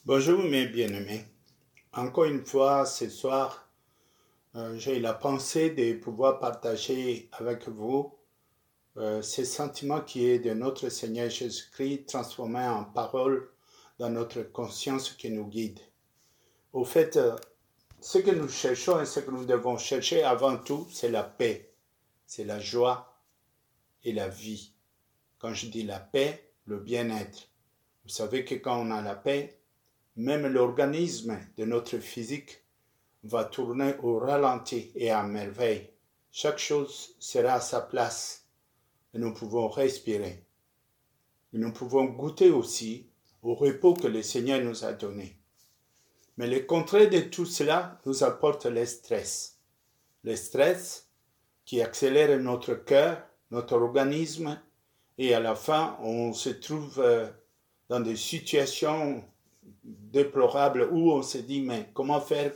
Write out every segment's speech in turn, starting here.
Bonjour mes bien-aimés. Encore une fois, ce soir, j'ai la pensée de pouvoir partager avec vous ce sentiment qui est de notre Seigneur Jésus-Christ transformé en parole dans notre conscience qui nous guide. Au fait, ce que nous cherchons et ce que nous devons chercher avant tout, c'est la paix, c'est la joie et la vie. Quand je dis la paix, le bien-être. Vous savez que quand on a la paix, même l'organisme de notre physique va tourner au ralenti et à merveille. Chaque chose sera à sa place et nous pouvons respirer. Et nous pouvons goûter aussi au repos que le Seigneur nous a donné. Mais le contraire de tout cela nous apporte le stress. Le stress qui accélère notre cœur, notre organisme, et à la fin, on se trouve dans des situations déplorables où on se dit, mais comment faire.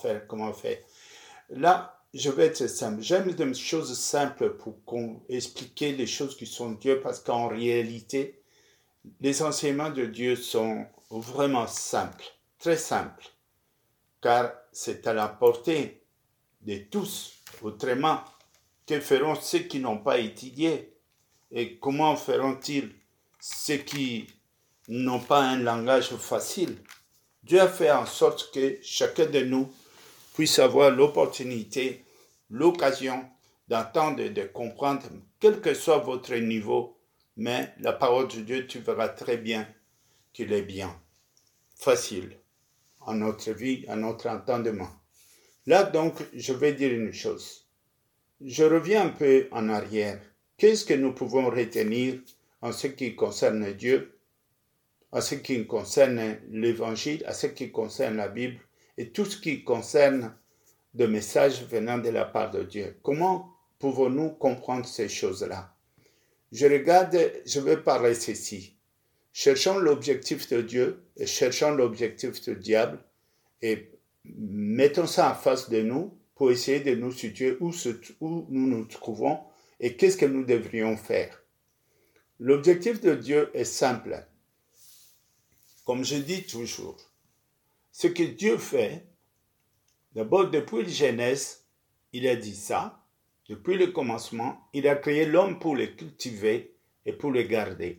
Là, je vais être simple. J'aime des choses simples pour expliquer les choses qui sont Dieu, parce qu'en réalité, les enseignements de Dieu sont vraiment simples, très simples, car c'est à la portée de tous. Autrement, que feront ceux qui n'ont pas étudié? Et comment feront-ils ceux qui n'ont pas un langage facile? Dieu a fait en sorte que chacun de nous puisse avoir l'opportunité, l'occasion d'entendre et de comprendre, quel que soit votre niveau, mais la parole de Dieu, tu verras très bien qu'il est bien, facile, en notre vie, à notre entendement. Là donc, je vais dire une chose. Je reviens un peu en arrière. Qu'est-ce que nous pouvons retenir en ce qui concerne Dieu, en ce qui concerne l'Évangile, en ce qui concerne la Bible et tout ce qui concerne des messages venant de la part de Dieu? Comment pouvons-nous comprendre ces choses-là? Je vais parler ceci. Cherchons l'objectif de Dieu et cherchons l'objectif du diable et mettons ça en face de nous pour essayer de nous situer où nous nous trouvons et qu'est-ce que nous devrions faire. L'objectif de Dieu est simple. Comme je dis toujours, ce que Dieu fait, d'abord depuis la Genèse, il a dit ça. Depuis le commencement, il a créé l'homme pour le cultiver et pour le garder.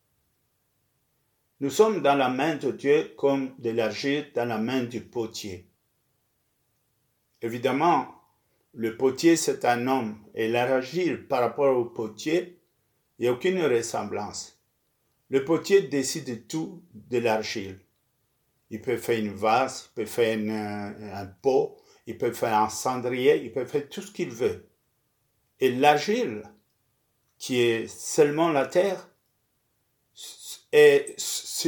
Nous sommes dans la main de Dieu comme de l'argile dans la main du potier. Évidemment, le potier, c'est un homme, et l'argile par rapport au potier, il n'y a aucune ressemblance. Le potier décide tout de l'argile. Il peut faire une vase, il peut faire un pot, il peut faire un cendrier, il peut faire tout ce qu'il veut. Et l'argile, qui est seulement la terre, se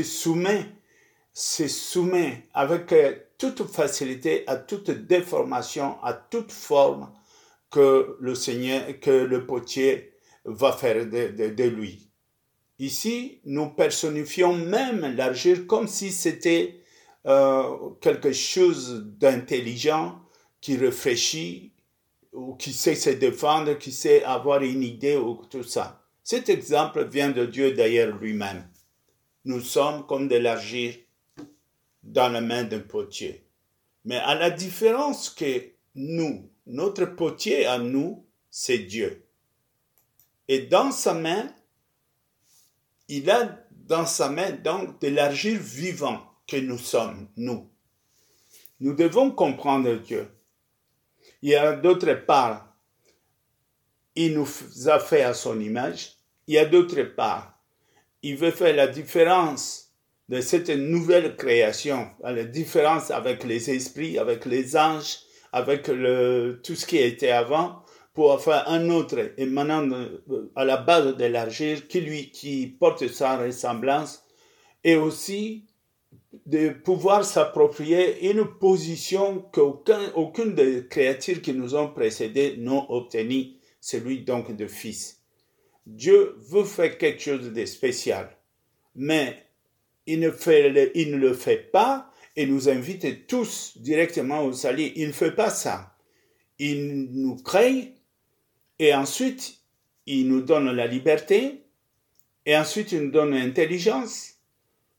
soumet avec toute facilité à toute déformation, à toute forme que le potier va faire de lui. Ici, nous personnifions même l'argile comme si c'était quelque chose d'intelligent qui réfléchit ou qui sait se défendre, qui sait avoir une idée ou tout ça. Cet exemple vient de Dieu d'ailleurs lui-même. Nous sommes comme de l'argile dans la main d'un potier. Mais à la différence que nous, notre potier à nous, c'est Dieu. Et dans sa main, il a dans sa main donc de l'argile vivant que nous sommes, nous. Nous devons comprendre Dieu. Il y a d'autre part, il nous a fait à son image. Il y a d'autre part, il veut faire la différence de cette nouvelle création, la différence avec les esprits, avec les anges, avec tout ce qui était avant, pour faire un autre émanant à la base de l'argile qui porte sa ressemblance, et aussi de pouvoir s'approprier une position qu'aucune des créatures qui nous ont précédés n'ont obtenue, celui donc de fils. Dieu veut faire quelque chose de spécial, mais il ne le fait pas et nous invite tous directement au salut. Il ne fait pas ça. Il nous crée et ensuite il nous donne la liberté et ensuite il nous donne l'intelligence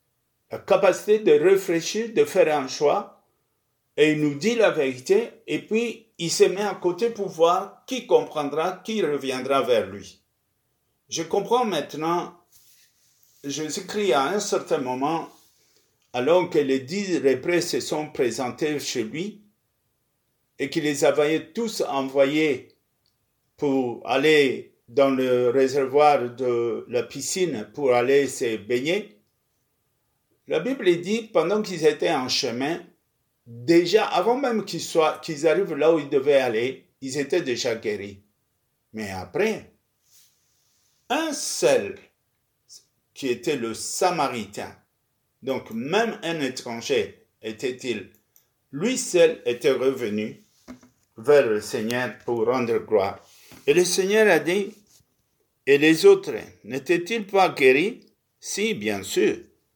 la capacité de réfléchir, de faire un choix, et il nous dit la vérité, et puis il se met à côté pour voir qui comprendra, qui reviendra vers lui. Je comprends maintenant, Jésus-Christ à un certain moment, alors que les 10 lépreux se sont présentés chez lui, et qu'il les avait tous envoyés pour aller dans le réservoir de la piscine pour aller se baigner, la Bible dit, pendant qu'ils étaient en chemin, déjà, avant même qu'ils arrivent là où ils devaient aller, ils étaient déjà guéris. Mais après, un seul, qui était le Samaritain, donc même un étranger était-il, lui seul était revenu vers le Seigneur pour rendre gloire. Et le Seigneur a dit, et les autres, n'étaient-ils pas guéris? Si, bien sûr.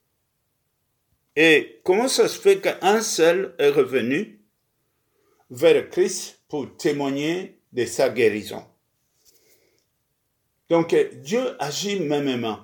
Et comment ça se fait qu'un seul est revenu vers Christ pour témoigner de sa guérison? Donc Dieu agit mêmement.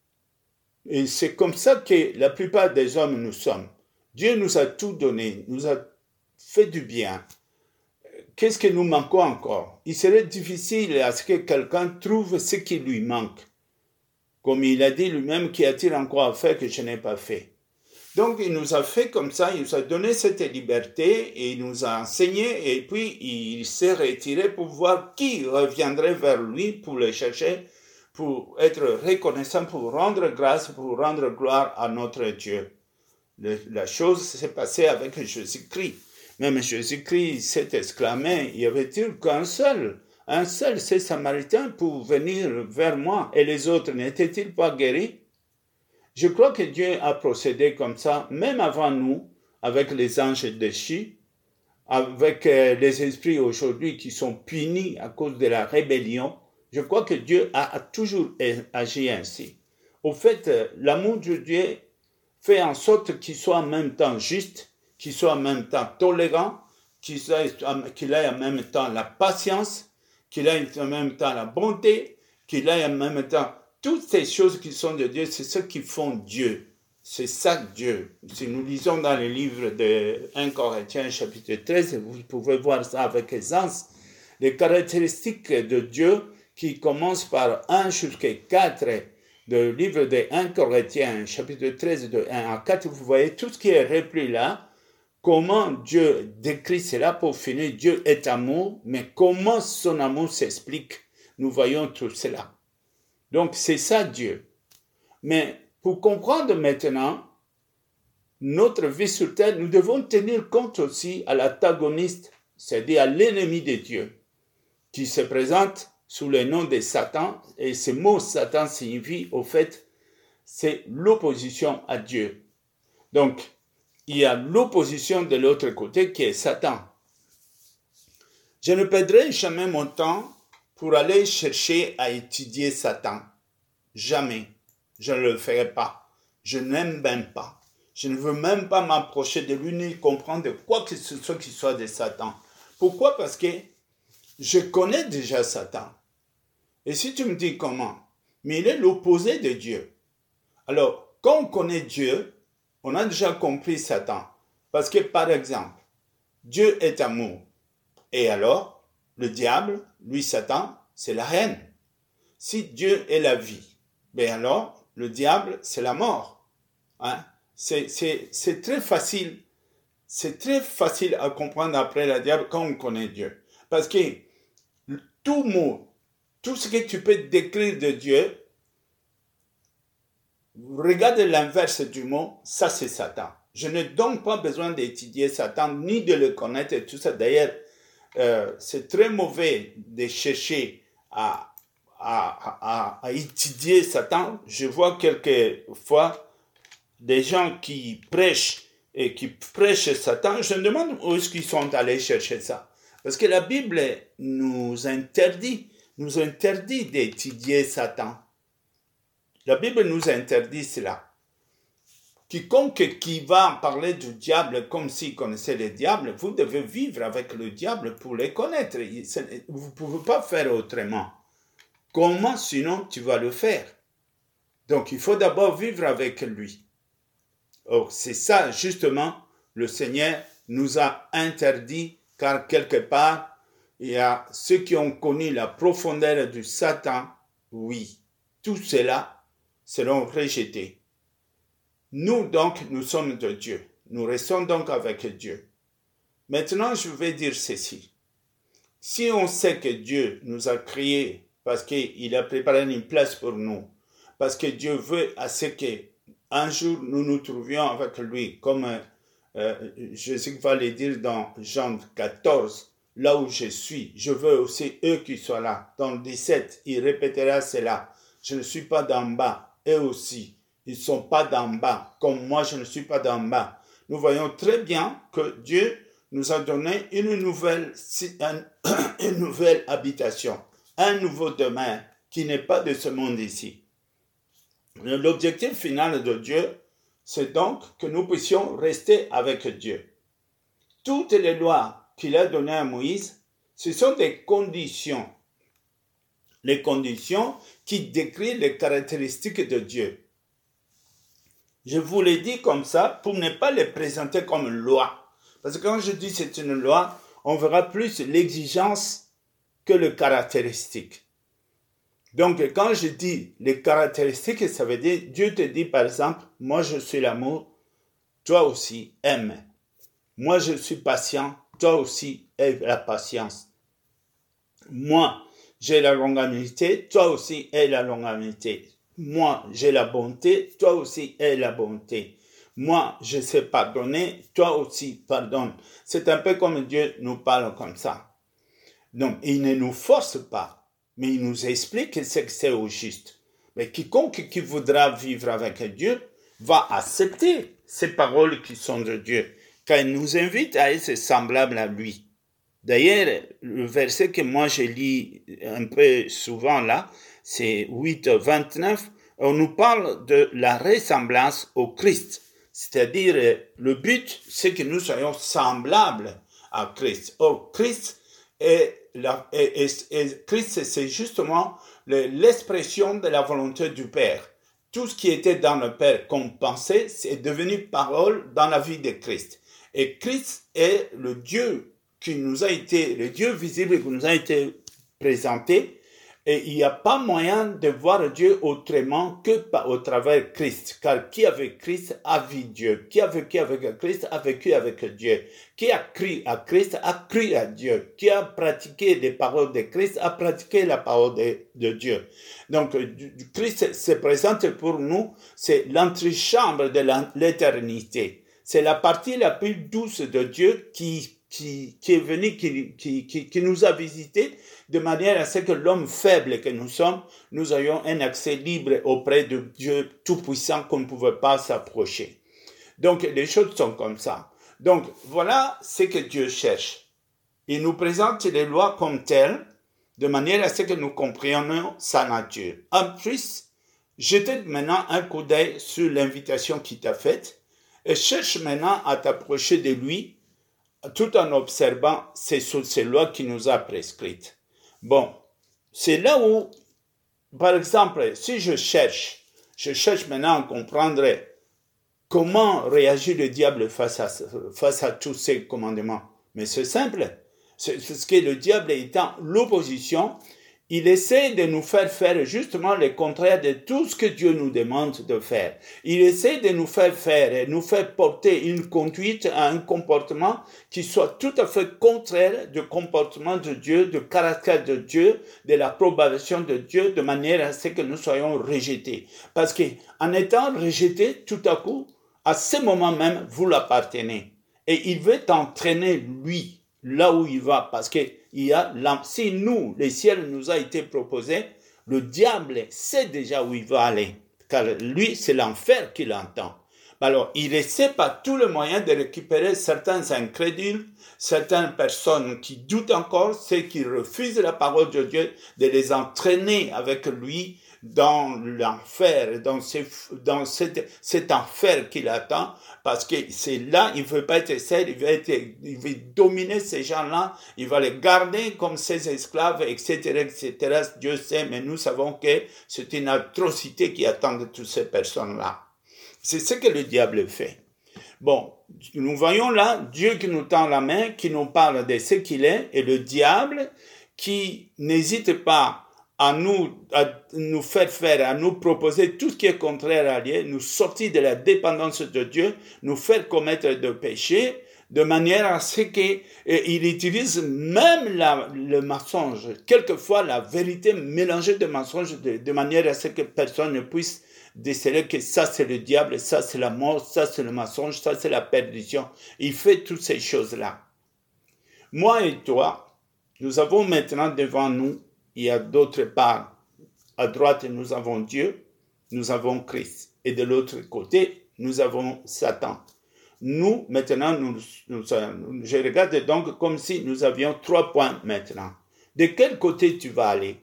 Et c'est comme ça que la plupart des hommes nous sommes. Dieu nous a tout donné, nous a fait du bien. Qu'est-ce que nous manquons encore? Il serait difficile à ce que quelqu'un trouve ce qui lui manque. Comme il a dit lui-même, qu'y a-t-il encore à faire que je n'ai pas fait? Donc il nous a fait comme ça, il nous a donné cette liberté et il nous a enseigné et puis il s'est retiré pour voir qui reviendrait vers lui pour le chercher, pour être reconnaissant, pour rendre grâce, pour rendre gloire à notre Dieu. La chose s'est passée avec Jésus-Christ. Même Jésus-Christ s'est exclamé, y avait-il qu'un seul, c'est Samaritain pour venir vers moi, et les autres n'étaient-ils pas guéris? Je crois que Dieu a procédé comme ça, même avant nous, avec les anges déchus, avec les esprits aujourd'hui qui sont punis à cause de la rébellion. Je crois que Dieu a toujours agi ainsi. Au fait, l'amour de Dieu fait en sorte qu'il soit en même temps juste, qu'il soit en même temps tolérant, qu'il ait en même temps la patience, qu'il ait en même temps la bonté, qu'il ait en même temps toutes ces choses qui sont de Dieu, c'est ce qui font Dieu. C'est ça Dieu. Si nous lisons dans le livre de 1 Corinthiens chapitre 13, vous pouvez voir ça avec aisance, les caractéristiques de Dieu qui commencent par 1 jusqu'à 4, le livre de 1 Corinthiens chapitre 13 de 1 à 4, vous voyez tout ce qui est repris là, comment Dieu décrit cela pour finir. Dieu est amour, mais comment son amour s'explique? Nous voyons tout cela. Donc, c'est ça Dieu. Mais pour comprendre maintenant notre vie sur terre, nous devons tenir compte aussi à l'antagoniste, c'est-à-dire à l'ennemi de Dieu, qui se présente sous le nom de Satan. Et ce mot Satan signifie, au fait, c'est l'opposition à Dieu. Donc, il y a l'opposition de l'autre côté qui est Satan. Je ne perdrai jamais mon temps pour aller chercher à étudier Satan. Jamais. Je ne le ferai pas. Je n'aime même pas. Je ne veux même pas m'approcher de lui ni comprendre quoi que ce soit qui soit de Satan. Pourquoi? Parce que je connais déjà Satan. Et si tu me dis comment? Mais il est l'opposé de Dieu. Alors, quand on connaît Dieu, on a déjà compris Satan. Parce que, par exemple, Dieu est amour. Et alors, le diable, lui, Satan, c'est la haine. Si Dieu est la vie, bien alors, le diable, c'est la mort. Hein? C'est très facile. C'est très facile à comprendre après le diable quand on connaît Dieu. Parce que tout mot, tout ce que tu peux décrire de Dieu, regarde l'inverse du mot, ça c'est Satan. Je n'ai donc pas besoin d'étudier Satan, ni de le connaître et tout ça. D'ailleurs, c'est très mauvais de chercher à étudier Satan. Je vois quelquefois des gens qui prêchent Satan. Je me demande où est-ce qu'ils sont allés chercher ça. Parce que la Bible nous interdit d'étudier Satan. La Bible nous interdit cela. Quiconque qui va parler du diable comme s'il connaissait le diable, vous devez vivre avec le diable pour le connaître. Vous ne pouvez pas faire autrement. Comment sinon tu vas le faire? Donc il faut d'abord vivre avec lui. Oh, c'est ça, justement, le Seigneur nous a interdit, car quelque part, il y a ceux qui ont connu la profondeur du Satan, oui, tout cela seront rejetés. Nous, donc, nous sommes de Dieu. Nous restons donc avec Dieu. Maintenant, je vais dire ceci. Si on sait que Dieu nous a créés parce qu'il a préparé une place pour nous, parce que Dieu veut à ce qu'un jour nous nous trouvions avec lui, comme Jésus va le dire dans Jean 14, là où je suis, je veux aussi eux qui soient là. Dans le 17, il répétera cela. Je ne suis pas d'en bas, eux aussi. Ils ne sont pas d'en bas, comme moi je ne suis pas d'en bas. Nous voyons très bien que Dieu nous a donné une nouvelle habitation, un nouveau demeure qui n'est pas de ce monde ici. L'objectif final de Dieu, c'est donc que nous puissions rester avec Dieu. Toutes les lois qu'il a données à Moïse, ce sont des conditions. Les conditions qui décrivent les caractéristiques de Dieu. Je vous l'ai dit comme ça pour ne pas les présenter comme loi. Parce que quand je dis c'est une loi, on verra plus l'exigence que le caractéristique. Donc quand je dis les caractéristiques, ça veut dire, Dieu te dit par exemple, moi je suis l'amour, toi aussi aime. Moi je suis patient, toi aussi aie la patience. Moi j'ai la longanimité, toi aussi aie la longanimité. Moi, j'ai la bonté, toi aussi aie la bonté. Moi, je sais pardonner, toi aussi pardonne. C'est un peu comme Dieu nous parle comme ça. Donc, il ne nous force pas, mais il nous explique ce que c'est au juste. Mais quiconque qui voudra vivre avec Dieu va accepter ces paroles qui sont de Dieu, car il nous invite à être semblables à lui. D'ailleurs, le verset que moi je lis un peu souvent là, c'est 8:29, on nous parle de la ressemblance au Christ. C'est-à-dire, le but, c'est que nous soyons semblables à Christ. Or, Christ, Christ c'est justement l'expression de la volonté du Père. Tout ce qui était dans le Père comme pensée, c'est devenu parole dans la vie de Christ. Et Christ est le Dieu qui nous a été, le Dieu visible qui nous a été présenté, et il n'y a pas moyen de voir Dieu autrement que au travers Christ, car qui avec Christ a vu Dieu, qui a vécu avec Christ a vécu avec Dieu, qui a cru à Christ a cru à Dieu, qui a pratiqué les paroles de Christ a pratiqué la parole de Dieu. Donc Christ se présente pour nous, c'est l'antichambre de l'éternité, c'est la partie la plus douce de Dieu qui est venu, qui nous a visités de manière à ce que l'homme faible que nous sommes, nous ayons un accès libre auprès de Dieu Tout-Puissant qu'on ne pouvait pas s'approcher. Donc, les choses sont comme ça. Donc, voilà ce que Dieu cherche. Il nous présente les lois comme telles, de manière à ce que nous comprenions sa nature. En plus, jetez maintenant un coup d'œil sur l'invitation qu'il t'a faite et cherche maintenant à t'approcher de lui tout en observant ces lois qu'il nous a prescrites. Bon, c'est là où, par exemple, si je cherche maintenant à comprendre comment réagit le diable face à tous ces commandements. Mais c'est simple. C'est ce que le diable étant l'opposition, il essaie de nous faire justement le contraire de tout ce que Dieu nous demande de faire. Il essaie de nous faire nous faire porter une conduite à un comportement qui soit tout à fait contraire du comportement de Dieu, du caractère de Dieu, de l'approbation de Dieu, de manière à ce que nous soyons rejetés. Parce que en étant rejetés, tout à coup, à ce moment même, vous l'appartenez. Et il veut t'entraîner, lui, là où il va, parce que si nous, le ciel nous a été proposé, le diable sait déjà où il va aller, car lui, c'est l'enfer qu'il entend. Alors, il essaie par tous les moyens de récupérer certains incrédules, certaines personnes qui doutent encore, ceux qui refusent la parole de Dieu, de les entraîner avec lui dans l'enfer, dans cet enfer qu'il attend, parce que c'est là, il ne veut pas être seul, il veut dominer ces gens-là, il va les garder comme ses esclaves, etc., etc. Dieu sait, mais nous savons que c'est une atrocité qui attend de toutes ces personnes-là. C'est ce que le diable fait. Bon, nous voyons là Dieu qui nous tend la main, qui nous parle de ce qu'il est, et le diable qui n'hésite pas à nous faire, à nous proposer tout ce qui est contraire à Dieu, nous sortir de la dépendance de Dieu, nous faire commettre de péchés, de manière à ce qu'il utilise même le mensonge, quelquefois la vérité mélangée de mensonges, de manière à ce que personne ne puisse déceler que ça c'est le diable, ça c'est la mort, ça c'est le mensonge, ça c'est la perdition. Il fait toutes ces choses-là. Moi et toi, nous avons maintenant devant nous, il y a d'autre part, à droite nous avons Dieu, nous avons Christ. Et de l'autre côté, nous avons Satan. Nous, maintenant, je regarde donc comme si nous avions 3 points maintenant. De quel côté tu vas aller?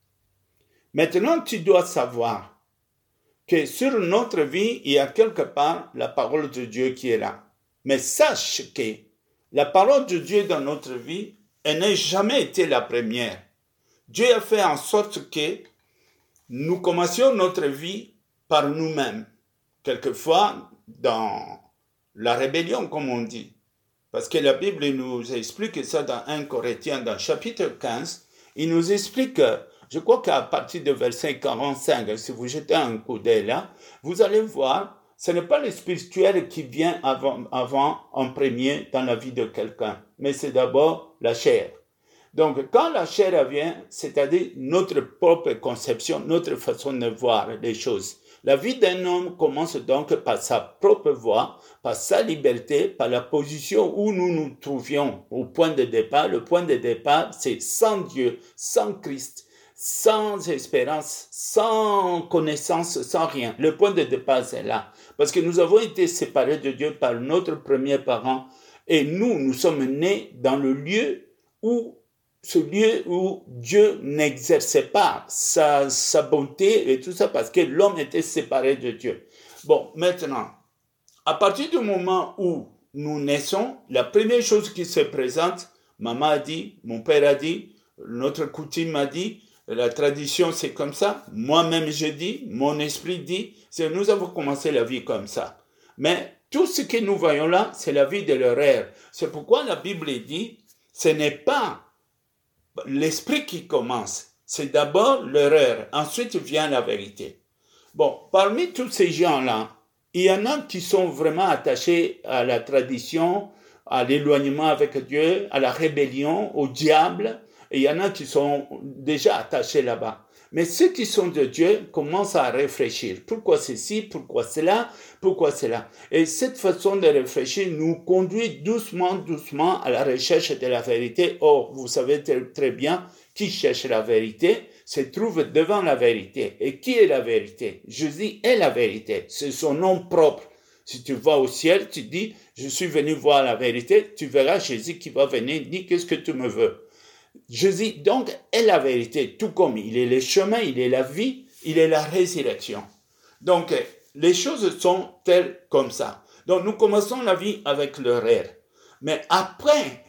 Maintenant, tu dois savoir que sur notre vie, il y a quelque part la parole de Dieu qui est là. Mais sache que la parole de Dieu dans notre vie, elle n'a jamais été la première. Dieu a fait en sorte que nous commencions notre vie par nous-mêmes. Quelquefois, dans la rébellion, comme on dit. Parce que la Bible nous explique ça dans 1 Corinthiens, dans chapitre 15. Il nous explique, je crois qu'à partir de verset 45, si vous jetez un coup d'œil là, vous allez voir, ce n'est pas le spirituel qui vient avant en premier dans la vie de quelqu'un, mais c'est d'abord la chair. Donc, quand la chair vient, c'est-à-dire notre propre conception, notre façon de voir les choses. La vie d'un homme commence donc par sa propre voie, par sa liberté, par la position où nous nous trouvions au point de départ. Le point de départ, c'est sans Dieu, sans Christ, sans espérance, sans connaissance, sans rien. Le point de départ, c'est là. Parce que nous avons été séparés de Dieu par notre premier parent et nous sommes nés dans le lieu où Dieu n'exerçait pas sa bonté et tout ça parce que l'homme était séparé de Dieu. Bon, maintenant, à partir du moment où nous naissons, la première chose qui se présente, maman a dit, mon père a dit, notre coutume a dit, la tradition c'est comme ça, moi-même je dis, mon esprit dit, nous avons commencé la vie comme ça. Mais tout ce que nous voyons là, c'est la vie de l'erreur. C'est pourquoi la Bible dit, ce n'est pas l'esprit qui commence, c'est d'abord l'erreur, ensuite vient la vérité. Bon, parmi tous ces gens-là, il y en a qui sont vraiment attachés à la tradition, à l'éloignement avec Dieu, à la rébellion, au diable, et il y en a qui sont déjà attachés là-bas. Mais ceux qui sont de Dieu commencent à réfléchir. Pourquoi ceci, pourquoi cela, pourquoi cela. Et cette façon de réfléchir nous conduit doucement à la recherche de la vérité. Or, vous savez très bien, qui cherche la vérité se trouve devant la vérité. Et qui est la vérité? Jésus est la vérité. C'est son nom propre. Si tu vas au ciel, tu dis, je suis venu voir la vérité, tu verras Jésus qui va venir, dit, qu'est-ce que tu me veux? Jésus, donc, est la vérité, tout comme il est le chemin, il est la vie, il est la résurrection. Donc, les choses sont telles comme ça. Donc, nous commençons la vie avec l'erreur. Mais après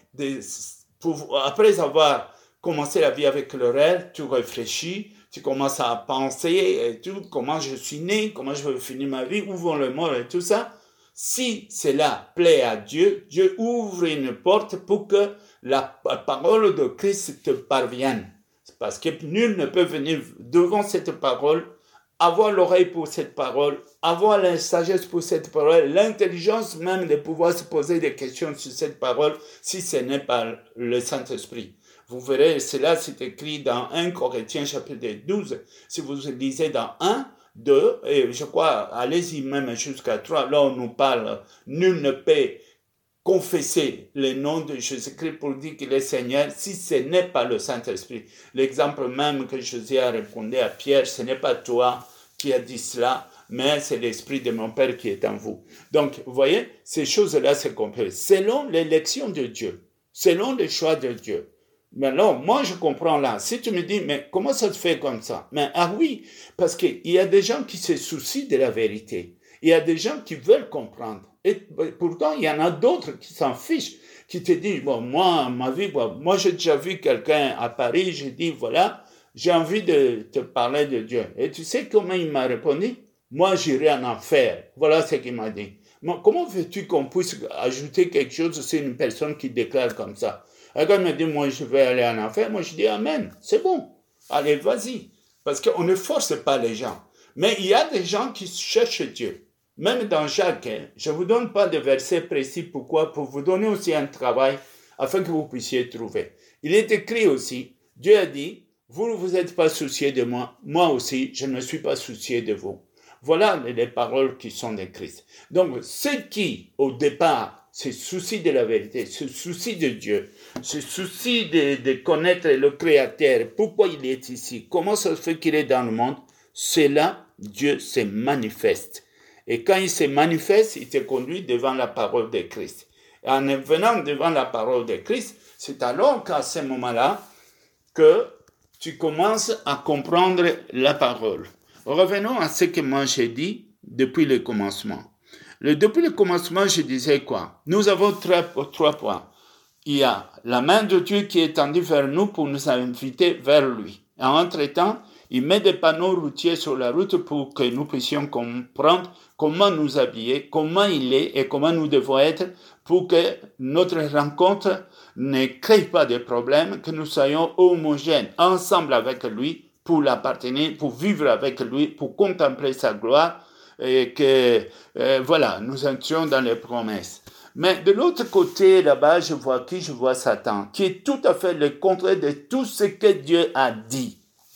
avoir commencé la vie avec l'erreur, tu réfléchis, tu commences à penser et tout, comment je suis né, comment je vais finir ma vie, où vont les morts et tout ça. Si cela plaît à Dieu, Dieu ouvre une porte pour que la parole de Christ te parvienne. Parce que nul ne peut venir devant cette parole, avoir l'oreille pour cette parole, avoir la sagesse pour cette parole, l'intelligence même de pouvoir se poser des questions sur cette parole, si ce n'est pas le Saint-Esprit. Vous verrez, cela c'est écrit dans 1 Corinthiens chapitre 12. Si vous lisez dans 1, 2, et je crois, allez-y même jusqu'à 3, là on nous parle, nul ne peut confesser le nom de Jésus-Christ pour dire qu'il est Seigneur si ce n'est pas le Saint-Esprit. L'exemple même que Jésus a répondu à Pierre, ce n'est pas toi qui as dit cela, mais c'est l'Esprit de mon Père qui est en vous. Donc, vous voyez, ces choses-là se comprennent selon l'élection de Dieu, selon le choix de Dieu. Mais alors, moi, je comprends là. Si tu me dis, mais comment ça se fait comme ça? Mais ah oui, parce qu'il y a des gens qui se soucient de la vérité. Il y a des gens qui veulent comprendre. Et pourtant, il y en a d'autres qui s'en fichent, qui te disent, bon, moi, ma vie, moi, j'ai déjà vu quelqu'un à Paris, j'ai dit, voilà, j'ai envie de te parler de Dieu. Et tu sais comment il m'a répondu? moi j'irai en enfer. Voilà ce qu'il m'a dit. Comment veux-tu qu'on puisse ajouter quelque chose sur une personne qui déclare comme ça? Et quand il m'a dit, moi je vais aller en enfer, moi je dis amen, c'est bon, allez vas-y. Parce qu'on ne force pas les gens. Mais il y a des gens qui cherchent Dieu. Même dans Jacques, je ne vous donne pas de versets précis. Pourquoi? Pour vous donner aussi un travail afin que vous puissiez trouver. Il est écrit aussi, Dieu a dit, vous ne vous êtes pas soucié de moi, moi aussi, je ne suis pas soucié de vous. Voilà les paroles qui sont écrites. Donc, ceux qui, au départ, se soucient de la vérité, se soucient de Dieu, se soucient de connaître le Créateur, pourquoi il est ici, comment ça se fait qu'il est dans le monde, c'est là Dieu se manifeste. Et quand il se manifeste, il te conduit devant la parole de Christ. Et en venant devant la parole de Christ, c'est alors qu'à ce moment-là que tu commences à comprendre la parole. Revenons à ce que moi j'ai dit depuis le commencement. Depuis le commencement, je disais quoi? Nous avons trois points. Il y a la main de Dieu qui est tendue vers nous pour nous inviter vers lui. Et entre-temps, il met des panneaux routiers sur la route pour que nous puissions comprendre comment nous habiller, comment il est et comment nous devons être pour que notre rencontre ne crée pas de problèmes, que nous soyons homogènes ensemble avec lui pour l'appartenir, pour vivre avec lui, pour contempler sa gloire et que, voilà, nous entrions dans les promesses. Mais de l'autre côté, là-bas, je vois qui? Je vois Satan, qui est tout à fait le contraire de tout ce que Dieu a dit.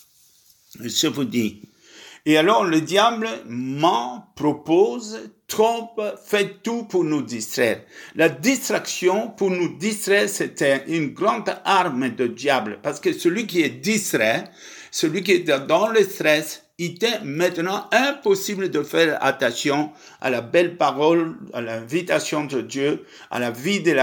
Je vous dis. Et alors, le diable ment, propose, trompe, fait tout pour nous distraire. La distraction, pour nous distraire, c'est une grande arme de diable. Parce que celui qui est distrait, celui qui est dans le stress, il est maintenant impossible de faire attention à la belle parole, à l'invitation de Dieu, à la vie de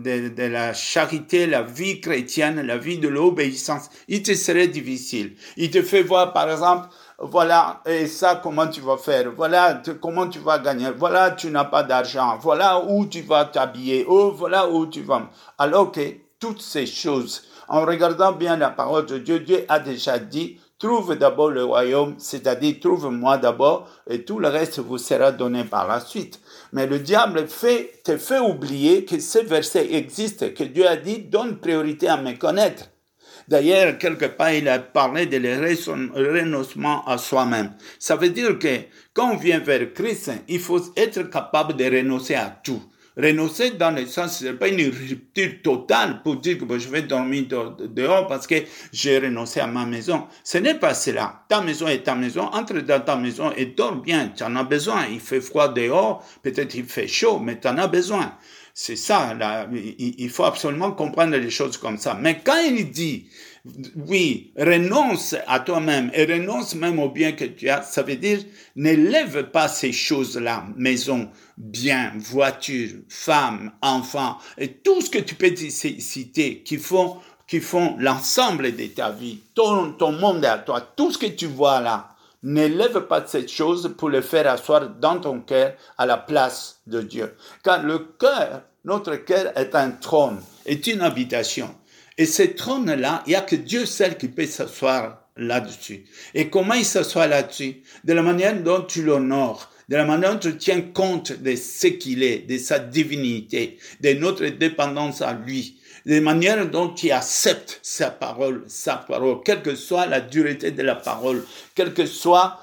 la charité, la vie chrétienne, la vie de l'obéissance. Il te serait difficile. Il te fait voir, par exemple, voilà, et ça, comment tu vas faire? Voilà, comment tu vas gagner? Voilà, tu n'as pas d'argent. Voilà où tu vas t'habiller. Oh, voilà où tu vas. Alors que toutes ces choses, en regardant bien la parole de Dieu, Dieu a déjà dit, trouve d'abord le royaume, c'est-à-dire trouve-moi d'abord et tout le reste vous sera donné par la suite. Mais le diable te fait oublier que ce verset existe, que Dieu a dit, donne priorité à me connaître. D'ailleurs, quelque part, il a parlé de renoncement à soi-même. Ça veut dire que quand on vient vers Christ, il faut être capable de renoncer à tout. Renoncer dans le sens, c'est pas une rupture totale pour dire que je vais dormir dehors parce que j'ai renoncé à ma maison. Ce n'est pas cela. Ta maison est ta maison. Entre dans ta maison et dors bien. Tu en as besoin. Il fait froid dehors. Peut-être il fait chaud, mais tu en as besoin. C'est ça, là, il faut absolument comprendre les choses comme ça. Mais quand il dit, oui, renonce à toi-même et renonce même au bien que tu as, ça veut dire, n'élève pas ces choses-là, maison, bien, voiture, femme, enfant, et tout ce que tu peux citer qui font l'ensemble de ta vie, ton monde à toi, tout ce que tu vois là. N'élève pas cette chose pour le faire asseoir dans ton cœur à la place de Dieu. Car le cœur, notre cœur est un trône, est une habitation. Et ce trône-là, il n'y a que Dieu seul qui peut s'asseoir là-dessus. Et comment il s'assoit là-dessus? De la manière dont tu l'honores, de la manière dont tu tiens compte de ce qu'il est, de sa divinité, de notre dépendance à lui. De manière dont tu acceptes sa parole, quelle que soit la dureté de la parole, quelle que soit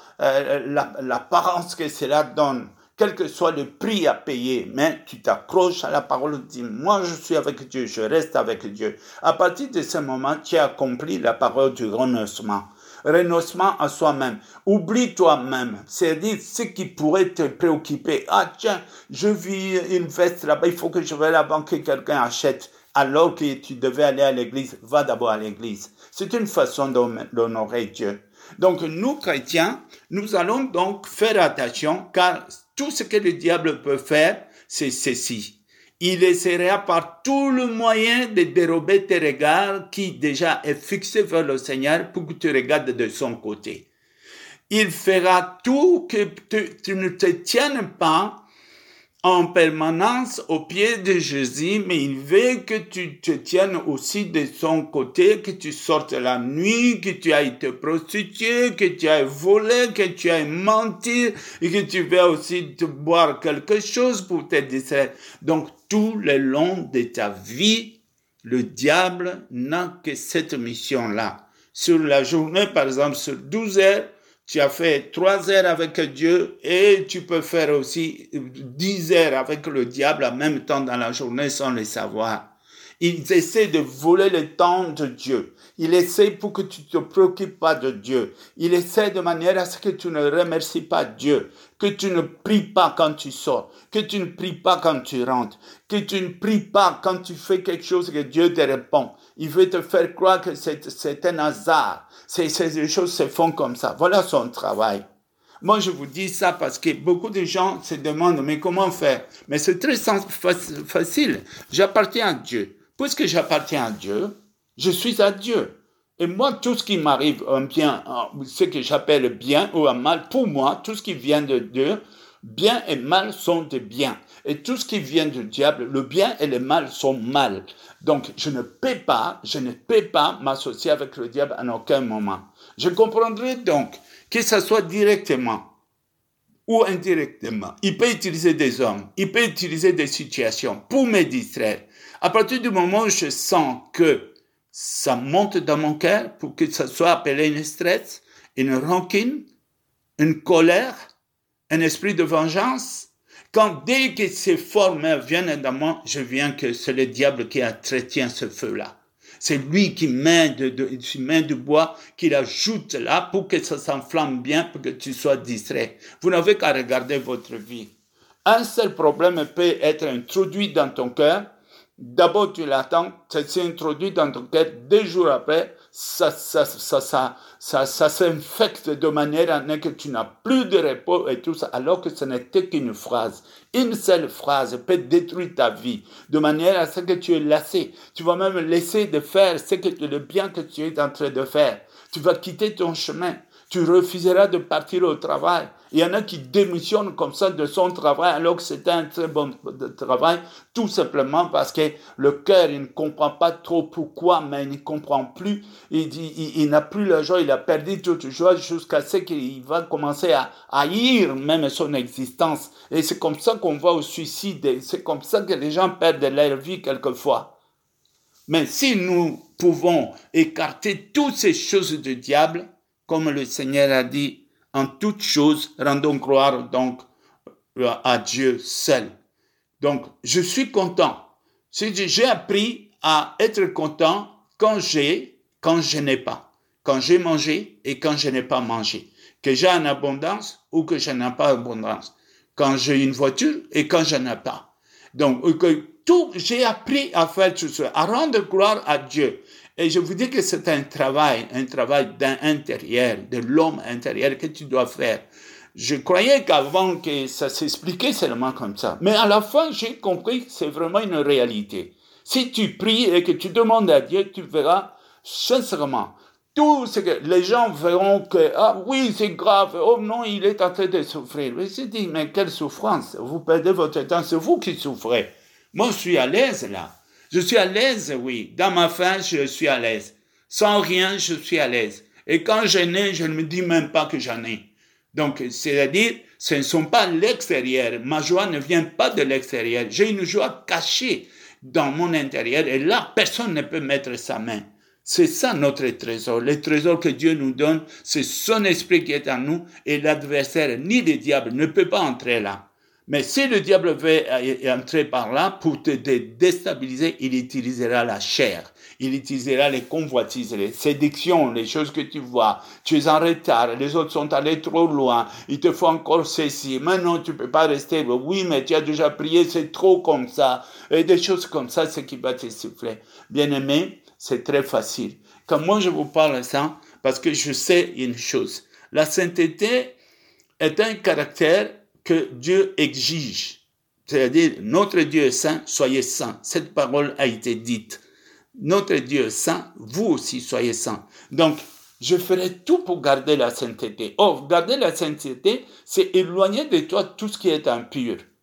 l'apparence que cela donne, quel que soit le prix à payer, mais tu t'accroches à la parole, tu dis, moi je suis avec Dieu, je reste avec Dieu. À partir de ce moment, tu as accompli la parole du renoncement. Renoncement à soi-même. Oublie toi-même. C'est-à-dire ce qui pourrait te préoccuper. Ah tiens, je vis une veste là-bas, il faut que je vais là-bas que quelqu'un achète. Alors que tu devais aller à l'église, va d'abord à l'église. C'est une façon d'honorer Dieu. Donc nous, chrétiens, nous allons donc faire attention car tout ce que le diable peut faire, c'est ceci. Il essaiera par tout le moyen de dérober tes regards qui déjà est fixé vers le Seigneur pour que tu regardes de son côté. Il fera tout que tu ne te tiennes pas en permanence au pied de Jésus, mais il veut que tu te tiennes aussi de son côté, que tu sortes la nuit, que tu ailles te prostituer, que tu ailles voler, que tu ailles mentir, et que tu vas aussi te boire quelque chose pour te distraire. Donc, tout le long de ta vie, le diable n'a que cette mission-là. Sur la journée, par exemple, sur 12 heures, tu as fait 3 heures avec Dieu et tu peux faire aussi 10 heures avec le diable en même temps dans la journée sans le savoir. Ils essaient de voler le temps de Dieu. Ils essaient pour que tu ne te préoccupes pas de Dieu. Ils essaient de manière à ce que tu ne remercies pas Dieu, que tu ne pries pas quand tu sors, que tu ne pries pas quand tu rentres, que tu ne pries pas quand tu fais quelque chose que Dieu te répond. Il veut te faire croire que c'est un hasard. Ces choses se font comme ça. Voilà son travail. Moi, je vous dis ça parce que beaucoup de gens se demandent, mais comment faire? Mais c'est très facile. J'appartiens à Dieu. Puisque j'appartiens à Dieu, je suis à Dieu. Et moi, tout ce qui m'arrive, un bien, ce que j'appelle bien ou un mal, pour moi, tout ce qui vient de Dieu, bien et mal sont des biens. Et tout ce qui vient du diable, le bien et le mal sont mal. Donc, je ne peux pas m'associer avec le diable en aucun moment. Je comprendrai donc que ce soit directement ou indirectement. Il peut utiliser des hommes, il peut utiliser des situations pour me distraire. À partir du moment où je sens que ça monte dans mon cœur, pour que ça soit appelé une stress, une rancune, une colère, un esprit de vengeance, dès que ces formes viennent dans moi, je viens que c'est le diable qui entretient ce feu-là. C'est lui qui met du bois, qui l'ajoute là pour que ça s'enflamme bien, pour que tu sois distrait. Vous n'avez qu'à regarder votre vie. Un seul problème peut être introduit dans ton cœur. D'abord, tu l'attends, ça s'est introduit dans ton cœur. 2 jours après, ça s'infecte de manière à ce que tu n'as plus de repos et tout ça, alors que ce n'était qu'une phrase. Une seule phrase peut détruire ta vie, de manière à ce que tu es lassé. Tu vas même laisser de faire le bien que tu es en train de faire. Tu vas quitter ton chemin. Tu refuseras de partir au travail. Il y en a qui démissionnent comme ça de son travail alors que c'était un très bon travail, tout simplement parce que le cœur, il ne comprend pas trop pourquoi, mais il ne comprend plus. Il n'a plus la joie, il a perdu toute joie jusqu'à ce qu'il va commencer à haïr même son existence. Et c'est comme ça qu'on va au suicide. C'est comme ça que les gens perdent leur vie quelquefois. Mais si nous pouvons écarter toutes ces choses du diable, comme le Seigneur a dit, en toutes choses, rendons gloire donc à Dieu seul. Donc, je suis content. J'ai appris à être content quand je n'ai pas. Quand j'ai mangé et quand je n'ai pas mangé. Que j'ai en abondance ou que je n'ai pas abondance. Quand j'ai une voiture et quand je n'ai pas. Donc, j'ai appris à faire tout ça, à rendre gloire à Dieu. Et je vous dis que c'est un travail intérieur, de l'homme intérieur que tu dois faire. Je croyais qu'avant que ça s'expliquait seulement comme ça. Mais à la fin, j'ai compris que c'est vraiment une réalité. Si tu pries et que tu demandes à Dieu, tu verras sincèrement tout ce que les gens verront que, ah oui, c'est grave, oh non, il est en train de souffrir. Mais je dis, mais quelle souffrance? Vous perdez votre temps, c'est vous qui souffrez. Moi, je suis à l'aise là. Je suis à l'aise, oui. Dans ma faim, je suis à l'aise. Sans rien, je suis à l'aise. Et quand j'en ai, je ne me dis même pas que j'en ai. Donc, c'est-à-dire, ce ne sont pas l'extérieur. Ma joie ne vient pas de l'extérieur. J'ai une joie cachée dans mon intérieur. Et là, personne ne peut mettre sa main. C'est ça notre trésor. Le trésor que Dieu nous donne, c'est son esprit qui est en nous. Et l'adversaire, ni le diable, ne peut pas entrer là. Mais si le diable veut entrer par là pour te déstabiliser, il utilisera la chair. Il utilisera les convoitises, les séductions, les choses que tu vois. Tu es en retard, les autres sont allés trop loin. Il te faut encore ceci. Maintenant, tu peux pas rester. Oui, mais tu as déjà prié, c'est trop comme ça. Et des choses comme ça, c'est qui va te souffler. Bien-aimé, c'est très facile. Quand moi je vous parle de ça, parce que je sais une chose. La sainteté est un caractère que Dieu exige. C'est-à-dire, notre Dieu est saint, soyez saints. Cette parole a été dite. Notre Dieu est saint, vous aussi soyez saints. Donc, je ferai tout pour garder la sainteté. Garder la sainteté, c'est éloigner de toi tout ce qui est impur.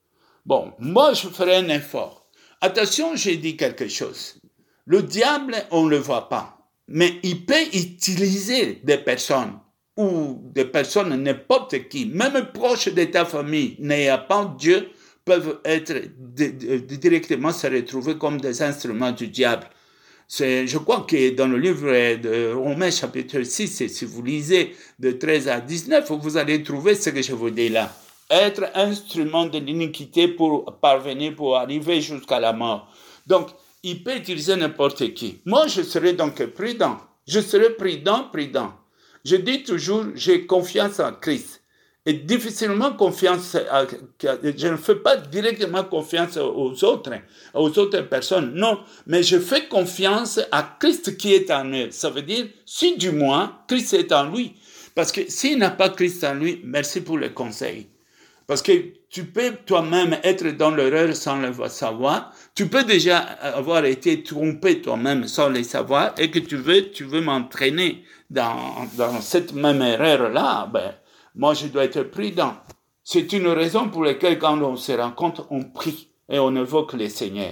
Bon, moi, je ferai un effort. Attention, j'ai dit quelque chose. Le diable, on ne le voit pas, mais il peut utiliser des personnes ou des personnes, n'importe qui, même proches de ta famille, n'ayant pas Dieu, peuvent être directement se retrouver comme des instruments du diable. Je crois que dans le livre de Romains chapitre 6, si vous lisez de 13 à 19, vous allez trouver ce que je vous dis là. Être instrument de l'iniquité pour parvenir, pour arriver jusqu'à la mort. Donc, il peut utiliser n'importe qui. Moi, je serai donc prudent. Je serai prudent. Je dis toujours, j'ai confiance en Christ. Et difficilement confiance, je ne fais pas directement confiance aux autres personnes, non, mais je fais confiance à Christ qui est en eux. Ça veut dire, si du moins, Christ est en lui. Parce que s'il n'a pas Christ en lui, merci pour le conseil. Parce que tu peux toi-même être dans l'erreur sans le savoir. Tu peux déjà avoir été trompé toi-même sans le savoir et que tu veux m'entraîner dans cette même erreur-là, moi, je dois être prudent. C'est une raison pour laquelle, quand on se rencontre, on prie et on évoque le Seigneur.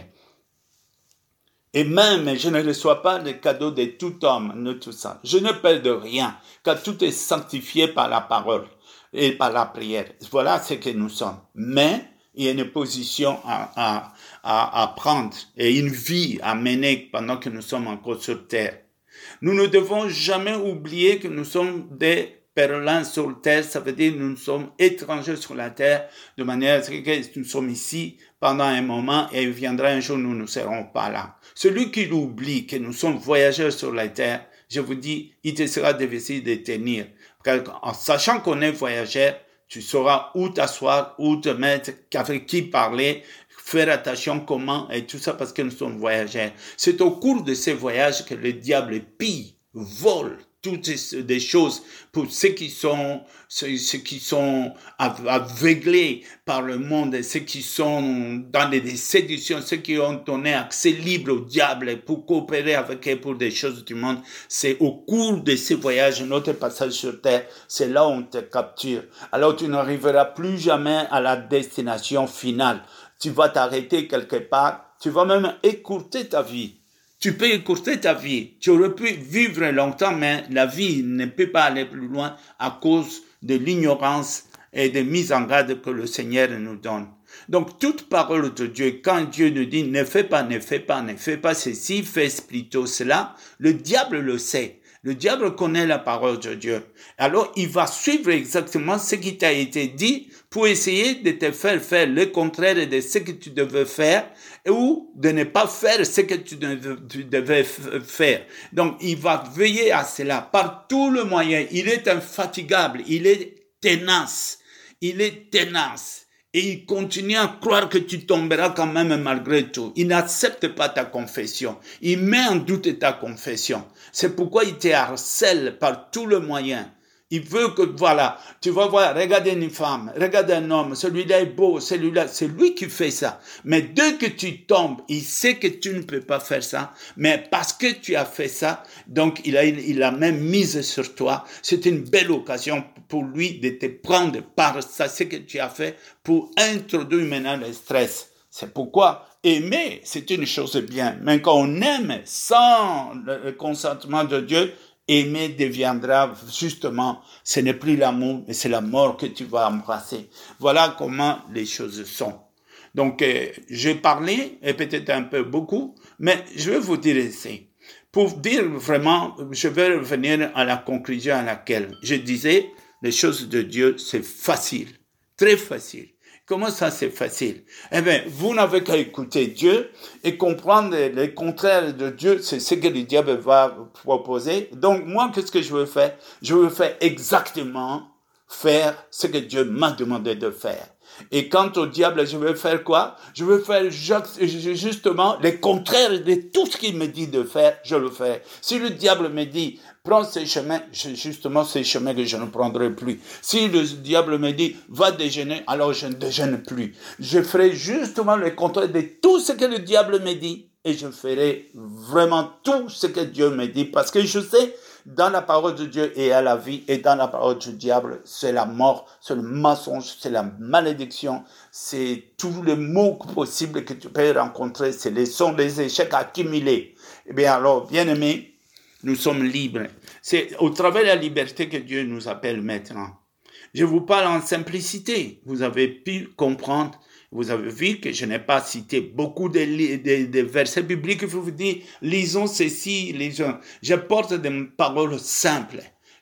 Et même, je ne reçois pas le cadeau de tout homme, de tout ça. Je ne perds de rien, car tout est sanctifié par la parole et par la prière. Voilà ce que nous sommes. Mais il y a une position à prendre et une vie à mener pendant que nous sommes encore sur terre. Nous ne devons jamais oublier que nous sommes des pèlerins sur terre, ça veut dire que nous sommes étrangers sur la terre, de manière que nous sommes ici pendant un moment et il viendra un jour où nous ne serons pas là. Celui qui oublie que nous sommes voyageurs sur la terre, je vous dis, il te sera difficile de tenir. Car en sachant qu'on est voyageur, tu sauras où t'asseoir, où te mettre, avec qui parler, faire attention comment et tout ça parce que nous sommes voyageurs. C'est au cours de ces voyages que le diable pille, vole toutes des choses pour ceux qui sont aveuglés par le monde, ceux qui sont dans des séductions, ceux qui ont donné accès libre au diable pour coopérer avec eux pour des choses du monde. C'est au cours de ces voyages, notre passage sur terre, c'est là où on te capture. Alors tu n'arriveras plus jamais à la destination finale. Tu vas t'arrêter quelque part, tu vas même écourter ta vie. Tu peux écourter ta vie. Tu aurais pu vivre longtemps, mais la vie ne peut pas aller plus loin à cause de l'ignorance et de mise en garde que le Seigneur nous donne. Donc, toute parole de Dieu, quand Dieu nous dit ne fais pas ceci, fais plutôt cela, le diable le sait. Le diable connaît la parole de Dieu. Alors, il va suivre exactement ce qui t'a été dit pour essayer de te faire faire le contraire de ce que tu devais faire ou de ne pas faire ce que tu devais faire. Donc, il va veiller à cela par tous les moyens. Il est infatigable, il est tenace. Et il continue à croire que tu tomberas quand même malgré tout. Il n'accepte pas ta confession. Il met en doute ta confession. C'est pourquoi il te harcèle par tous les moyens. Il veut que, voilà, tu vas voir, regarde une femme, regarde un homme, celui-là est beau, celui-là, c'est lui qui fait ça. Mais dès que tu tombes, il sait que tu ne peux pas faire ça, mais parce que tu as fait ça, donc il a même mise sur toi. C'est une belle occasion pour lui de te prendre par ça, ce que tu as fait, pour introduire maintenant le stress. C'est pourquoi aimer, c'est une chose bien. Mais quand on aime sans le consentement de Dieu, aimer deviendra justement, ce n'est plus l'amour, mais c'est la mort que tu vas embrasser. Voilà comment les choses sont. Donc, j'ai parlé, et peut-être un peu beaucoup, mais je vais vous dire ici. Pour dire vraiment, je vais revenir à la conclusion à laquelle je disais, les choses de Dieu, c'est facile, très facile. Comment ça, c'est facile? Eh bien, vous n'avez qu'à écouter Dieu et comprendre le contraire de Dieu, c'est ce que le diable va proposer. Donc, moi, qu'est-ce que je veux faire? Je veux faire exactement faire ce que Dieu m'a demandé de faire. Et quant au diable, je veux faire quoi? Je veux faire justement le contraire de tout ce qu'il me dit de faire, je le fais. Si le diable me dit, prends ces chemins, justement ces chemins que je ne prendrai plus. Si le diable me dit, va déjeuner, alors je ne déjeune plus. Je ferai justement le contraire de tout ce que le diable me dit. Et je ferai vraiment tout ce que Dieu me dit. Parce que je sais dans la parole de Dieu, il y a la vie, et dans la parole du diable, c'est la mort, c'est le mensonge, c'est la malédiction, c'est tous les maux possibles que tu peux rencontrer, sont les échecs accumulés. Eh bien alors, bien-aimés, nous sommes libres. C'est au travers de la liberté que Dieu nous appelle maintenant. Je vous parle en simplicité. Vous avez pu comprendre. Vous avez vu que je n'ai pas cité beaucoup de versets bibliques. Je vous dis, lisons ceci, lisons. Je porte des paroles simples,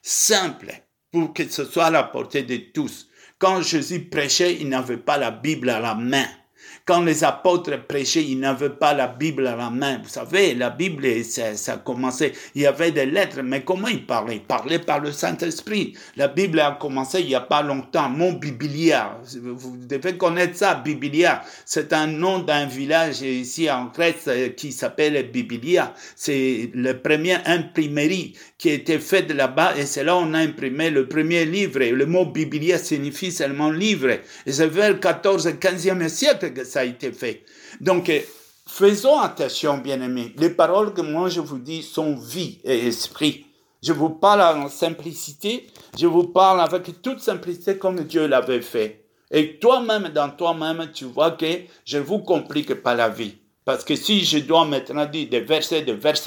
pour que ce soit à la portée de tous. Quand Jésus prêchait, il n'avait pas la Bible à la main. Quand les apôtres prêchaient, ils n'avaient pas la Bible à la main. Vous savez, la Bible, ça commençait, il y avait des lettres, mais comment ils parlaient? Ils parlaient par le Saint-Esprit. La Bible a commencé il n'y a pas longtemps. Mon Biblia, vous devez connaître ça, Biblia. C'est un nom d'un village ici en Grèce qui s'appelle Biblia. C'est la première imprimerie qui a été faite là-bas et c'est là où on a imprimé le premier livre. Et le mot Biblia signifie seulement livre. Et c'est vers le 14e et 15e siècle que ça a été fait. Donc, faisons attention, bien-aimés. Les paroles que moi je vous dis sont vie et esprit. Je vous parle en simplicité. Je vous parle avec toute simplicité comme Dieu l'avait fait. Et toi-même, dans toi-même, tu vois que je ne vous complique pas la vie. Parce que si je dois maintenant dire des versets,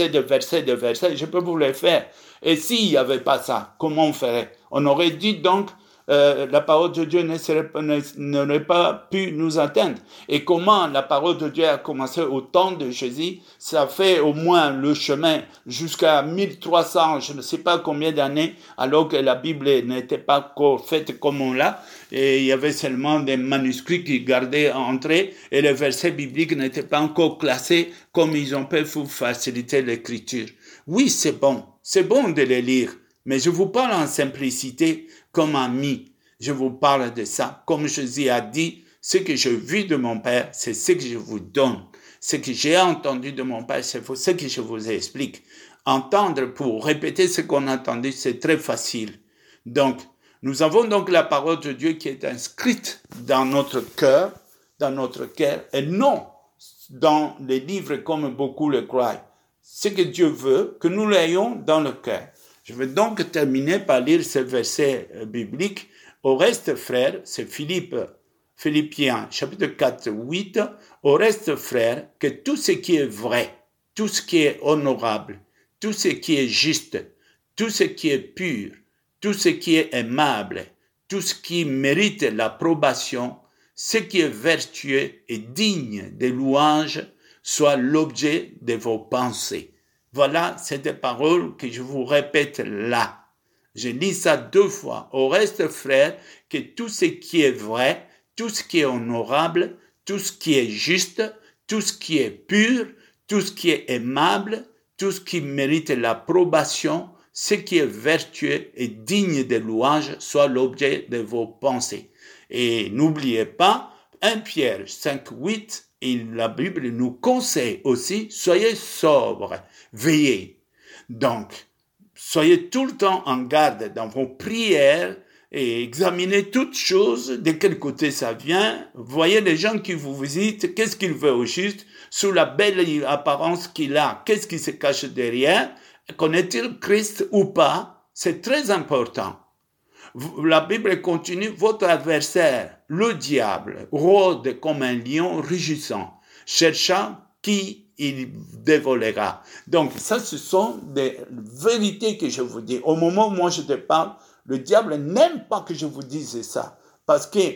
je peux vous les faire. Et s'il n'y avait pas ça, comment on ferait? On aurait dit donc, la parole de Dieu n'aurait pas pu nous atteindre. Et comment la parole de Dieu a commencé au temps de Jésus, ça fait au moins le chemin jusqu'à 1300, je ne sais pas combien d'années, alors que la Bible n'était pas encore faite comme on l'a, et il y avait seulement des manuscrits qui gardaient entrée, et les versets bibliques n'étaient pas encore classés comme ils ont pu pour faciliter l'écriture. Oui, c'est bon de les lire, mais je vous parle en simplicité comme ami. Je vous parle de ça. Comme Jésus a dit, ce que je vis de mon Père, c'est ce que je vous donne. Ce que j'ai entendu de mon Père, c'est ce que je vous explique. Entendre pour répéter ce qu'on a entendu, c'est très facile. Donc, nous avons donc la parole de Dieu qui est inscrite dans notre cœur, et non dans les livres comme beaucoup le croient. Ce que Dieu veut, que nous l'ayons dans le cœur. Je vais donc terminer par lire ce verset biblique. Au reste, frères, c'est Philippiens, chapitre 4, 8. Au reste, frères, que tout ce qui est vrai, tout ce qui est honorable, tout ce qui est juste, tout ce qui est pur, tout ce qui est aimable, tout ce qui mérite l'approbation, ce qui est vertueux et digne de louange, soit l'objet de vos pensées. Voilà cette parole que je vous répète là. Je lis ça 2 fois. Au reste, frères, que tout ce qui est vrai, tout ce qui est honorable, tout ce qui est juste, tout ce qui est pur, tout ce qui est aimable, tout ce qui mérite l'approbation, ce qui est vertueux et digne de louange, soit l'objet de vos pensées. Et n'oubliez pas, 1 Pierre 5, 8, et la Bible nous conseille aussi, soyez sobres, veillez. Donc, soyez tout le temps en garde dans vos prières et examinez toutes choses, de quel côté ça vient. Voyez les gens qui vous visitent, qu'est-ce qu'ils veulent au juste, sous la belle apparence qu'il a, qu'est-ce qui se cache derrière, connaît-il Christ ou pas? C'est très important. La Bible continue, votre adversaire, le diable, rôde comme un lion rugissant, cherchant qui il dévorera. Donc, ça, ce sont des vérités que je vous dis. Au moment où moi je te parle, le diable n'aime pas que je vous dise ça. Parce que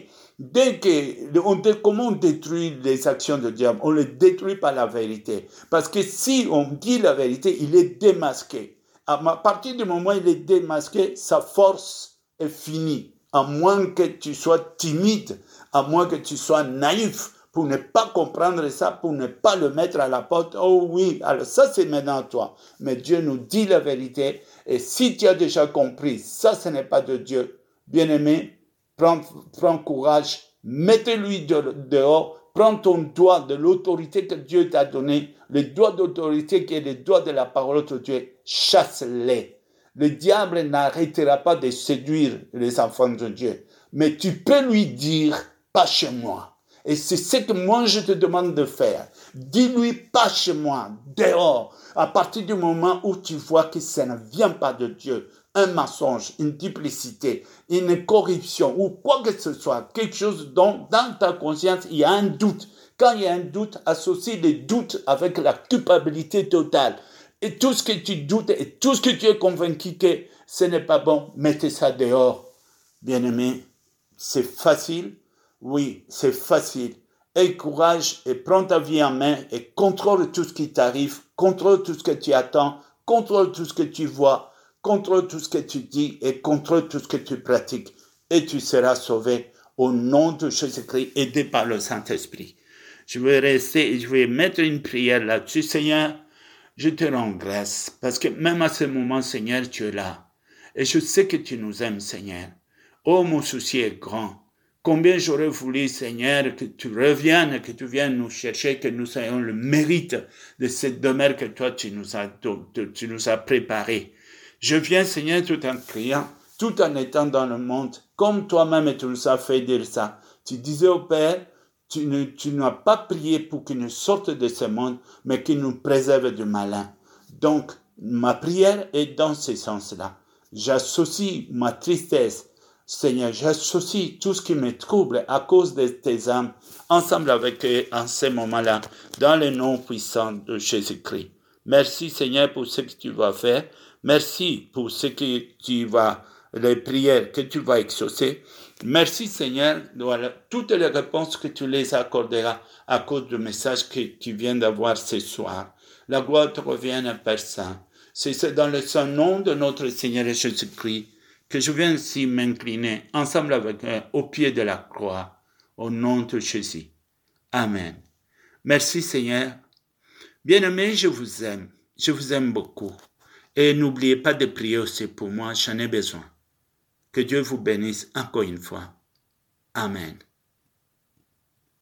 comment on détruit les actions du diable? On les détruit par la vérité. Parce que si on dit la vérité, il est démasqué. À partir du moment où il est démasqué, sa force est finie. À moins que tu sois timide, à moins que tu sois naïf, pour ne pas comprendre ça, pour ne pas le mettre à la porte. Oh oui, alors ça c'est maintenant toi. Mais Dieu nous dit la vérité. Et si tu as déjà compris, ça ce n'est pas de Dieu. Bien-aimé, prends courage, mettez-lui dehors, prends ton doigt de l'autorité que Dieu t'a donnée, le doigt d'autorité qui est le doigt de la parole de Dieu, chasse-les. Le diable n'arrêtera pas de séduire les enfants de Dieu. Mais tu peux lui dire, pas chez moi. Et c'est ce que moi je te demande de faire. Dis-lui pas chez moi, dehors, à partir du moment où tu vois que ça ne vient pas de Dieu, un mensonge, une duplicité, une corruption ou quoi que ce soit, quelque chose dont dans ta conscience il y a un doute. Quand il y a un doute, associe les doutes avec la culpabilité totale. Et tout ce que tu doutes et tout ce que tu es convaincu que ce n'est pas bon, mettez ça dehors. Bien-aimé, c'est facile. Oui, c'est facile. Aie courage et prends ta vie en main et contrôle tout ce qui t'arrive, contrôle tout ce que tu attends, contrôle tout ce que tu vois, contrôle tout ce que tu dis et contrôle tout ce que tu pratiques. Et tu seras sauvé au nom de Jésus-Christ, aidé par le Saint-Esprit. Je vais mettre une prière là-dessus. Seigneur, je te rends grâce parce que même à ce moment, Seigneur, tu es là. Et je sais que tu nous aimes, Seigneur. Oh, mon souci est grand. Combien j'aurais voulu, Seigneur, que tu reviennes, que tu viennes nous chercher, que nous ayons le mérite de cette demeure que toi, tu nous as préparée. Je viens, Seigneur, tout en criant, tout en étant dans le monde, comme toi-même tu nous as fait dire ça. Tu disais au Père, tu n'as pas prié pour qu'il nous sorte de ce monde, mais qu'il nous préserve du malin. Donc, ma prière est dans ce sens-là. J'associe ma tristesse, Seigneur, j'associe tout ce qui me trouble à cause de tes âmes, ensemble avec eux en ce moment-là, dans le nom puissant de Jésus-Christ. Merci, Seigneur, pour ce que tu vas faire. Merci pour ce que les prières que tu vas exaucer. Merci, Seigneur, voilà, toutes les réponses que tu les accorderas à cause du message que tu viens d'avoir ce soir. La gloire te revienne, Père Saint. C'est dans le saint nom de notre Seigneur Jésus-Christ que je viens ici m'incliner ensemble avec eux au pied de la croix, au nom de Jésus. Amen. Merci Seigneur. Bien-aimés, je vous aime beaucoup. Et n'oubliez pas de prier aussi pour moi, j'en ai besoin. Que Dieu vous bénisse encore une fois. Amen.